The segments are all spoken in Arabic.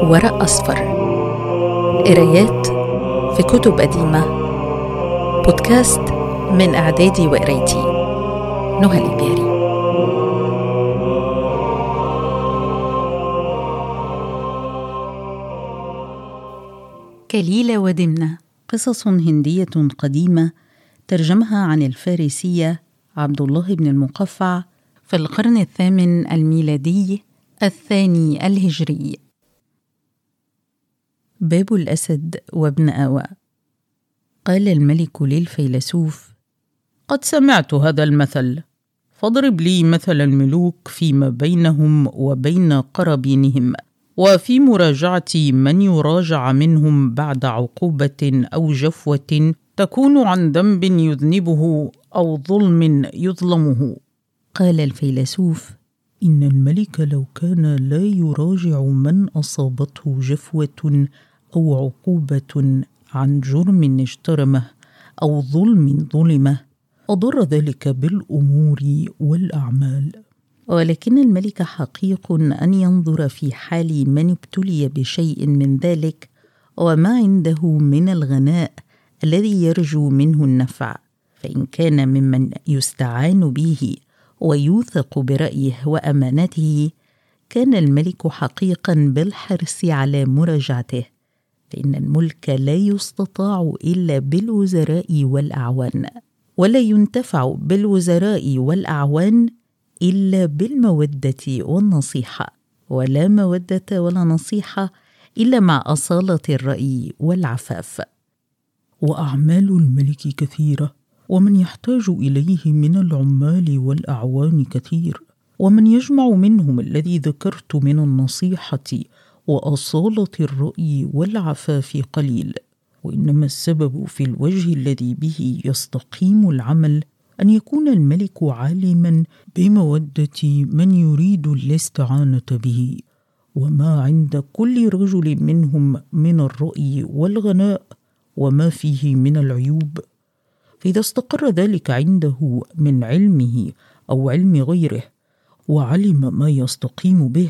ورق أصفر، قرايات في كتب قديمة، بودكاست من إعدادي وقرايتي نهى الإبياري. كليلة ودمنة، قصص هندية قديمة ترجمها عن الفارسية عبد الله بن المقفع في القرن 8 الميلادي 2 الهجري. باب الأسد وابن آوى. قال الملك للفيلسوف: قد سمعت هذا المثل، فاضرب لي مثل الملوك فيما بينهم وبين قرابينهم، وفي مراجعة من يراجع منهم بعد عقوبة أو جفوة تكون عن ذنب يذنبه أو ظلم يظلمه. قال الفيلسوف: إن الملك لو كان لا يراجع من أصابته جفوة أو عقوبة عن جرم اجترمه أو ظلم ظلمه أضر ذلك بالأمور والأعمال. ولكن الملك حقيق أن ينظر في حال من ابتلي بشيء من ذلك وما عنده من الغناء الذي يرجو منه النفع، فإن كان ممن يستعان به ويوثق برأيه وأمانته كان الملك حقيقا بالحرص على مراجعته، فإن الملك لا يستطاع إلا بالوزراء والأعوان، ولا ينتفع بالوزراء والأعوان إلا بالمودة والنصيحة، ولا مودة ولا نصيحة إلا مع أصالة الرأي والعفاف. وأعمال الملك كثيرة، ومن يحتاج إليه من العمال والأعوان كثير، ومن يجمع منهم الذي ذكرت من النصيحة وأصالة الرأي والعفاف قليل. وإنما السبب في الوجه الذي به يستقيم العمل أن يكون الملك عالما بمودة من يريد الاستعانة به، وما عند كل رجل منهم من الرأي والغناء وما فيه من العيوب. فإذا استقر ذلك عنده من علمه أو علم غيره وعلم ما يستقيم به،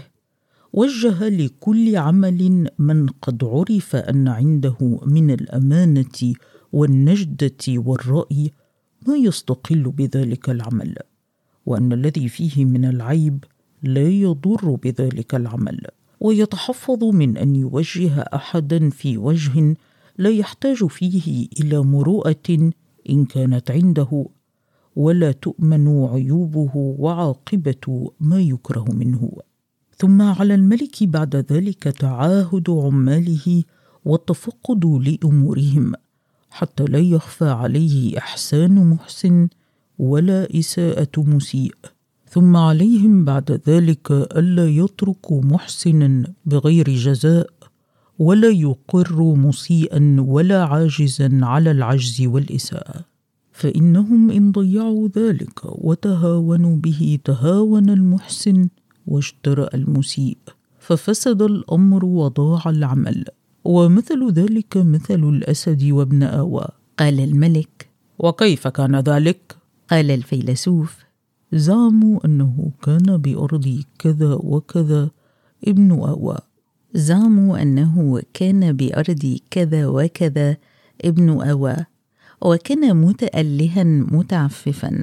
وجه لكل عمل من قد عرف أن عنده من الأمانة والنجدة والرأي ما يستقل بذلك العمل، وأن الذي فيه من العيب لا يضر بذلك العمل، ويتحفظ من أن يوجه أحدا في وجه لا يحتاج فيه إلى مروءة إن كانت عنده، ولا تؤمن عيوبه وعاقبة ما يكره منه. ثم على الملك بعد ذلك تعاهد عماله والتفقد لأمورهم، حتى لا يخفى عليه إحسان محسن ولا إساءة مسيء. ثم عليهم بعد ذلك ألا يتركوا محسنا بغير جزاء، ولا يقر مسيئا ولا عاجزا على العجز والإساءة، فإنهم إن ضيعوا ذلك وتهاونوا به تهاون المحسن واجترأ المسيء، ففسد الأمر وضاع العمل. ومثل ذلك مثل الأسد وابن آوى. قال الملك: وكيف كان ذلك؟ قال الفيلسوف: زعموا أنه كان بأرض كذا وكذا ابن آوى. زعموا أنه كان بأرض كذا وكذا ابن آوى، وكان متألها متعففا،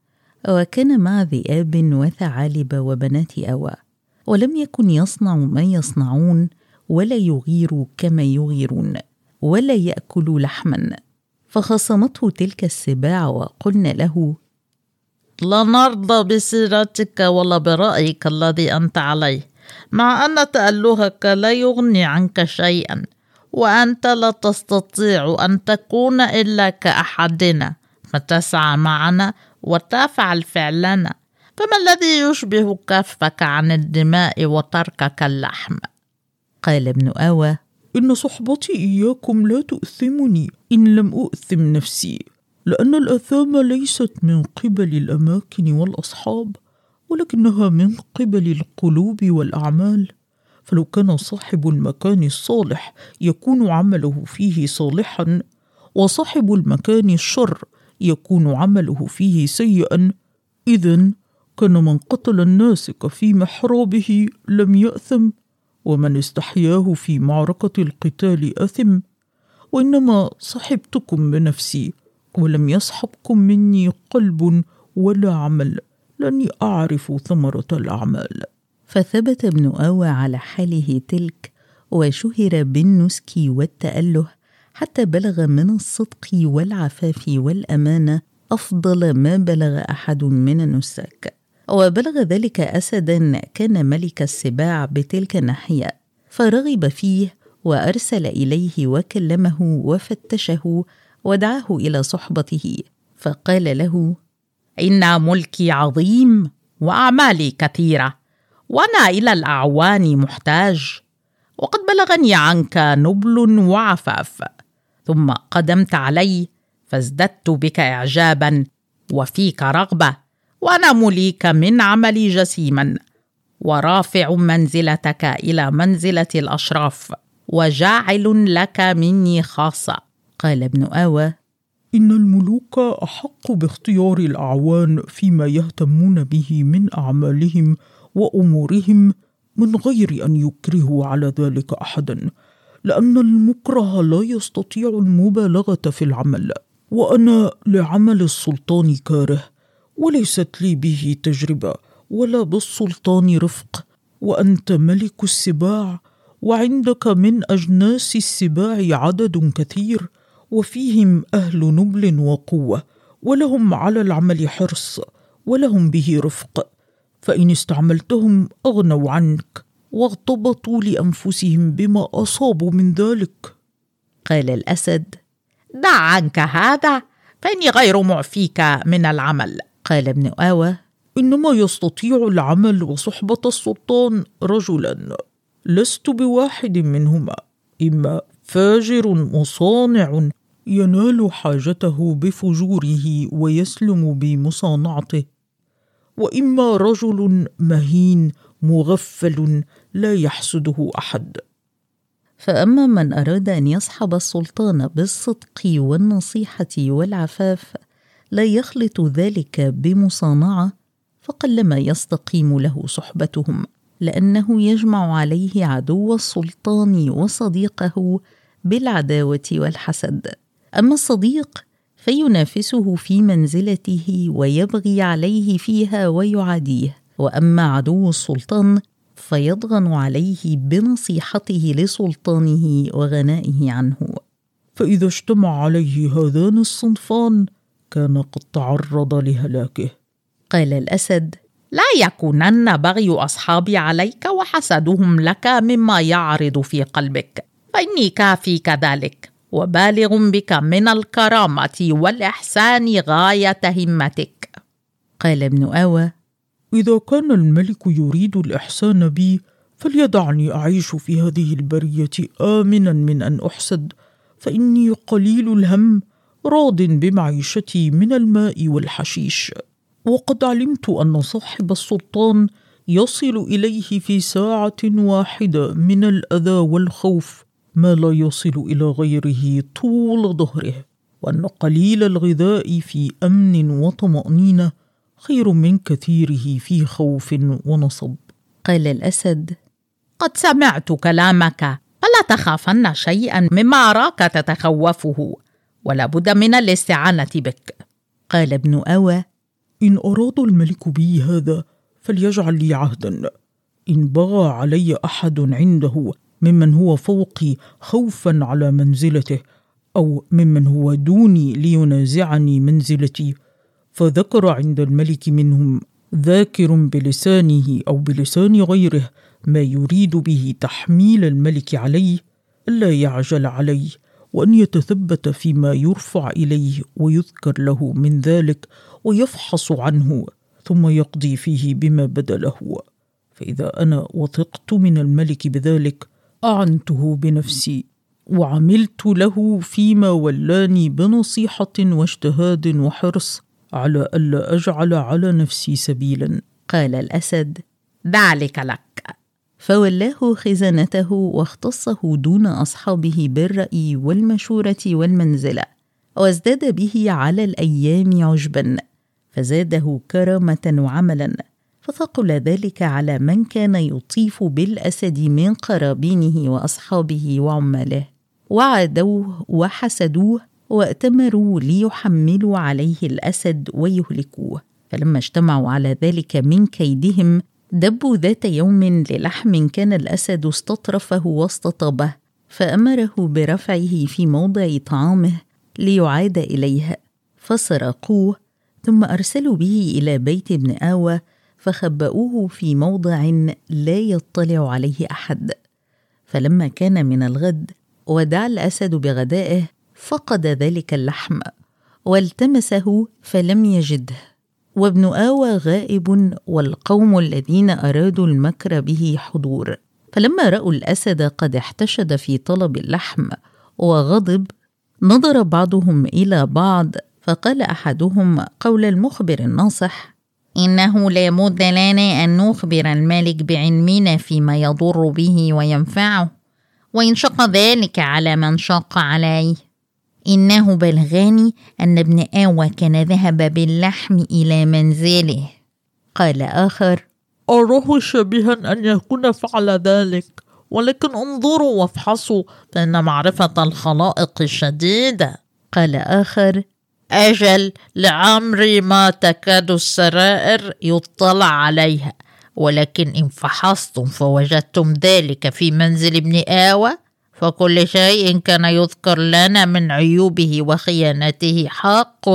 وكان مع ذئاب وثعالب وبنات آوى، ولم يكن يصنع ما يصنعون، ولا يغير كما يغيرون، ولا يأكل لحما. فخصمته تلك السباع وقلن له: لا نرضى بسيرتك ولا برأيك الذي أنت عليه، مع أن تألهك لا يغني عنك شيئا، وأنت لا تستطيع أن تكون إلا كأحدنا، فتسعى معنا وتفعل فعلنا، فما الذي يشبه كفك عن الدماء وتركك اللحم؟ قال ابن آوى: إن صحبتي إياكم لا تؤثمني إن لم أؤثم نفسي، لأن الآثام ليست من قبل الأماكن والأصحاب، ولكنها من قبل القلوب والأعمال. فلو كان صاحب المكان الصالح يكون عمله فيه صالحا، وصاحب المكان الشر يكون عمله فيه سيئا، إذن كان من قتل الناسك في محرابه لم يأثم، ومن استحياه في معركة القتال أثم، وإنما صحبتكم بنفسي، ولم يصحبكم مني قلب ولا عمل، لاني أعرف ثمرة الأعمال. فثبت ابن آوى على حاله تلك، وشهر بالنسك والتأله، حتى بلغ من الصدق والعفاف والأمانة أفضل ما بلغ أحد من النساك. وبلغ ذلك أسدا كان ملك السباع بتلك الناحية، فرغب فيه وأرسل إليه وكلمه وفتشه ودعاه إلى صحبته، فقال له: إن ملكي عظيم وأعمالي كثيرة، وأنا إلى الأعوان محتاج، وقد بلغني عنك نبل وعفاف، ثم قدمت علي فازددت بك إعجابا وفيك رغبة، وأنا مليك من عملي جسيما، ورافع منزلتك إلى منزلة الأشراف، وجاعل لك مني خاصة. قال ابن آوى: إن الملوك أحق باختيار الأعوان فيما يهتمون به من أعمالهم وأمورهم، من غير أن يكرهوا على ذلك أحدا، لأن المكره لا يستطيع المبالغة في العمل، وأنا لعمل السلطان كاره، وليست لي به تجربة ولا بالسلطان رفق، وأنت ملك السباع، وعندك من أجناس السباع عدد كثير، وفيهم أهل نبل وقوة، ولهم على العمل حرص، ولهم به رفق، فإن استعملتهم أغنوا عنك واغتبطوا لأنفسهم بما أصابوا من ذلك. قال الأسد: دع عنك هذا، فإني غير معفيك من العمل. قال ابن آوى: إنما يستطيع العمل وصحبة السلطان رجلا، لست بواحد منهما، إما فاجر مصانع ينال حاجته بفجوره ويسلم بمصانعته، وإما رجل مهين مغفل لا يحسده أحد. فأما من أراد أن يصحب السلطان بالصدق والنصيحة والعفاف، لا يخلط ذلك بمصانعة، فقلما يستقيم له صحبتهم، لأنه يجمع عليه عدو السلطان وصديقه بالعداوة والحسد. أما الصديق فينافسه في منزلته ويبغي عليه فيها ويعاديه، وأما عدو السلطان فيضغن عليه بنصيحته لسلطانه وغنائه عنه. فإذا اجتمع عليه هذان الصنفان كان قد تعرض لهلاكه. قال الأسد: لا يكونن بغي أصحابي عليك وحسدهم لك مما يعرض في قلبك، فإني كافي كذلك، وبالغ بك من الكرامة والإحسان غاية همتك. قال ابن آوى: إذا كان الملك يريد الإحسان بي فليدعني أعيش في هذه البرية آمنا من أن أحسد، فإني قليل الهم راض بمعيشتي من الماء والحشيش، وقد علمت أن صاحب السلطان يصل إليه في ساعة واحدة من الأذى والخوف ما لا يصل إلى غيره طول ظهره، وأن قليل الغذاء في أمن وطمأنينة خير من كثيره في خوف ونصب. قال الأسد: قد سمعت كلامك، فلا تخافن شيئا مما أراك تتخوفه، ولا بد من الاستعانة بك. قال ابن آوى: إن أراد الملك بي هذا فليجعل لي عهدا، إن بغى علي أحد عنده ممن هو فوقي خوفا على منزلته، أو ممن هو دوني لينازعني منزلتي، فذكر عند الملك منهم ذاكر بلسانه أو بلسان غيره ما يريد به تحميل الملك عليه، ألا يعجل عليه، وأن يتثبت فيما يرفع إليه ويذكر له من ذلك، ويفحص عنه ثم يقضي فيه بما بدا له. فإذا أنا وثقت من الملك بذلك أعنته بنفسي، وعملت له فيما ولاني بنصيحة واجتهاد وحرص على ألا أجعل على نفسي سبيلا. قال الأسد: ذلك لك. فولاه خزانته واختصه دون أصحابه بالرأي والمشورة والمنزلة، وازداد به على الأيام عجبا، فزاده كرامة وعملا، فثقل ذلك على من كان يطيف بالأسد من قرابينه وأصحابه وعماله، وعادوه وحسدوه وائتمروا ليحملوا عليه الأسد ويهلكوه. فلما اجتمعوا على ذلك من كيدهم دبوا ذات يوم للحم كان الأسد استطرفه واستطابه، فأمره برفعه في موضع طعامه ليعاد إليه، فسرقوه ثم أرسلوا به إلى بيت ابن آوى فخبأوه في موضع لا يطلع عليه أحد. فلما كان من الغد ودعا الأسد بغدائه فقد ذلك اللحم والتمسه فلم يجده، وابن آوى غائب والقوم الذين أرادوا المكر به حضور. فلما رأوا الأسد قد احتشد في طلب اللحم وغضب نظر بعضهم إلى بعض، فقال أحدهم قول المخبر الناصح: إنه لا بد لنا أن نخبر الملك بعلمنا فيما يضر به وينفعه، وإن شق ذلك على من شق عليه. إنه بلغني أن ابن آوى كان ذهب باللحم إلى منزله. قال آخر: أراه شبيها أن يكون فعل ذلك، ولكن انظروا وافحصوا فإن معرفة الخلائق شديدة. قال آخر: أجل لعمري ما تكاد السرائر يطلع عليها، ولكن إن فحصتم فوجدتم ذلك في منزل ابن آوى فكل شيء كان يذكر لنا من عيوبه وخيانته حق،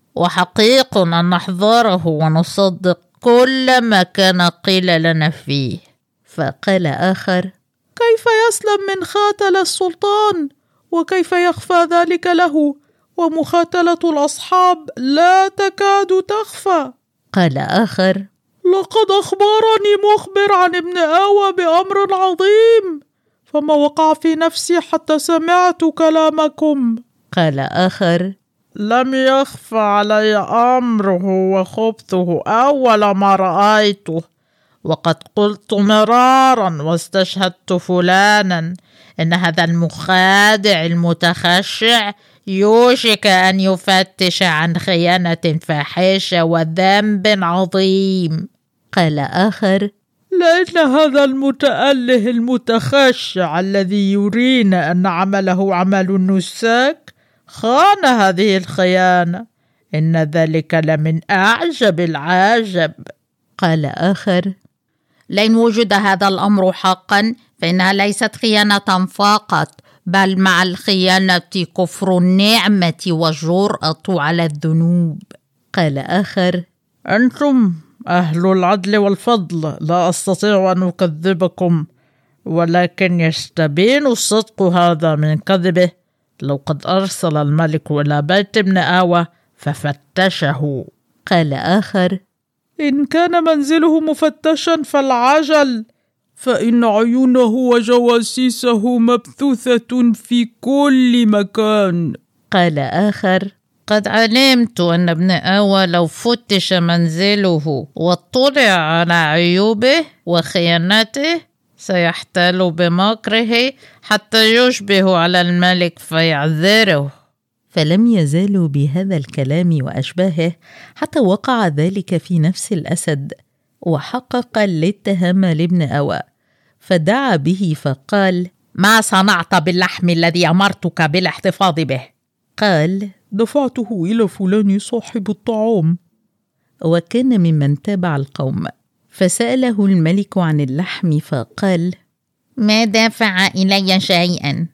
وحقيق أن نحذره ونصدق كل ما كان قيل لنا فيه. فقال آخر: كيف يسلم من خاتل السلطان؟ وكيف يخفى ذلك له؟ ومخاتلة الأصحاب لا تكاد تخفى. قال آخر: لقد أخبرني مخبر عن ابن آوى بأمر عظيم، فما وقع في نفسي حتى سمعت كلامكم. قال آخر: لم يخف علي أمره وخبثه أول ما رأيته، وقد قلت مرارا واستشهدت فلانا إن هذا المخادع المتخشع يوشك أن يفتش عن خيانة فاحشة وذنب عظيم. قال آخر: لأن هذا المتأله المتخشع الذي يرينا أن عمله عمل النساك خان هذه الخيانة، إن ذلك لمن أعجب العجب. قال آخر: لئن وجد هذا الأمر حقا فإنها ليست خيانة فقط، بل مع الخيانة كفر النعمة والجرأة على الذنوب. قال آخر: أنتم أهل العدل والفضل، لا أستطيع أن أكذبكم، ولكن يستبين الصدق هذا من كذبه لو قد أرسل الملك إلى بيت ابن آوى ففتشه. قال آخر: إن كان منزله مفتشا فالعجل، فإن عيونه وجواسيسه مبثوثة في كل مكان. قال آخر: قد علمت أن ابن آوى لو فتش منزله واطلع على عيوبه وخيانته سيحتال بمكره حتى يشبه على الملك فيعذره. فلم يزالوا بهذا الكلام وأشباهه حتى وقع ذلك في نفس الأسد، وحقق الاتهام لابن آوى، فدعا به فقال: ما صنعت باللحم الذي أمرتك بالاحتفاظ به؟ قال: دفعته إلى فلان صاحب الطعام. وكان ممن تابع القوم. فسأله الملك عن اللحم فقال: ما دفع إلي شيئا.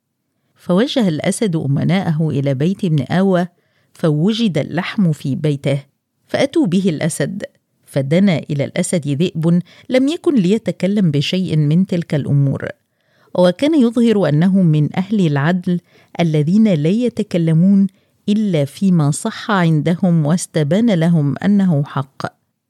فوجه الأسد أمناءه إلى بيت ابن آوى فوجد اللحم في بيته، فأتوا به الأسد، فدنا إلى الأسد ذئب لم يكن ليتكلم بشيء من تلك الأمور، وكان يظهر أنه من أهل العدل الذين لا يتكلمون إلا فيما صح عندهم واستبان لهم أنه حق.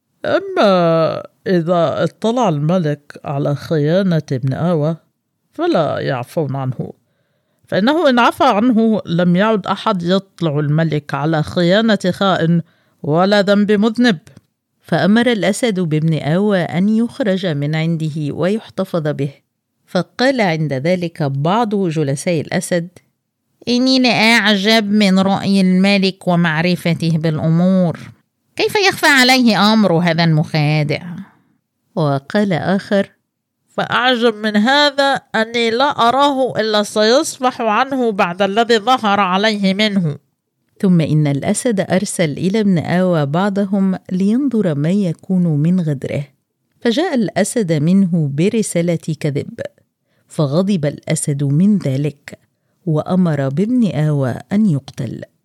أما إذا اطلع الملك على خيانة ابن آوى فلا يعفون عنه، فإنه إن عفى عنه لم يعد أحد يطلع الملك على خيانة خائن ولا ذنب مذنب. فأمر الأسد بابن آوى أن يخرج من عنده ويحتفظ به. فقال عند ذلك بعض جلساء الأسد: إني لأعجب من رأي الملك ومعرفته بالأمور. كيف يخفى عليه أمر هذا المخادع؟ وقال آخر: فأعجب من هذا أني لا أراه إلا سيصفح عنه بعد الذي ظهر عليه منه. ثم إن الأسد أرسل إلى ابن آوى بعضهم لينظر ما يكون من غدره، فجاء الأسد منه برسالة كذب، فغضب الأسد من ذلك وأمر بابن آوى أن يقتل.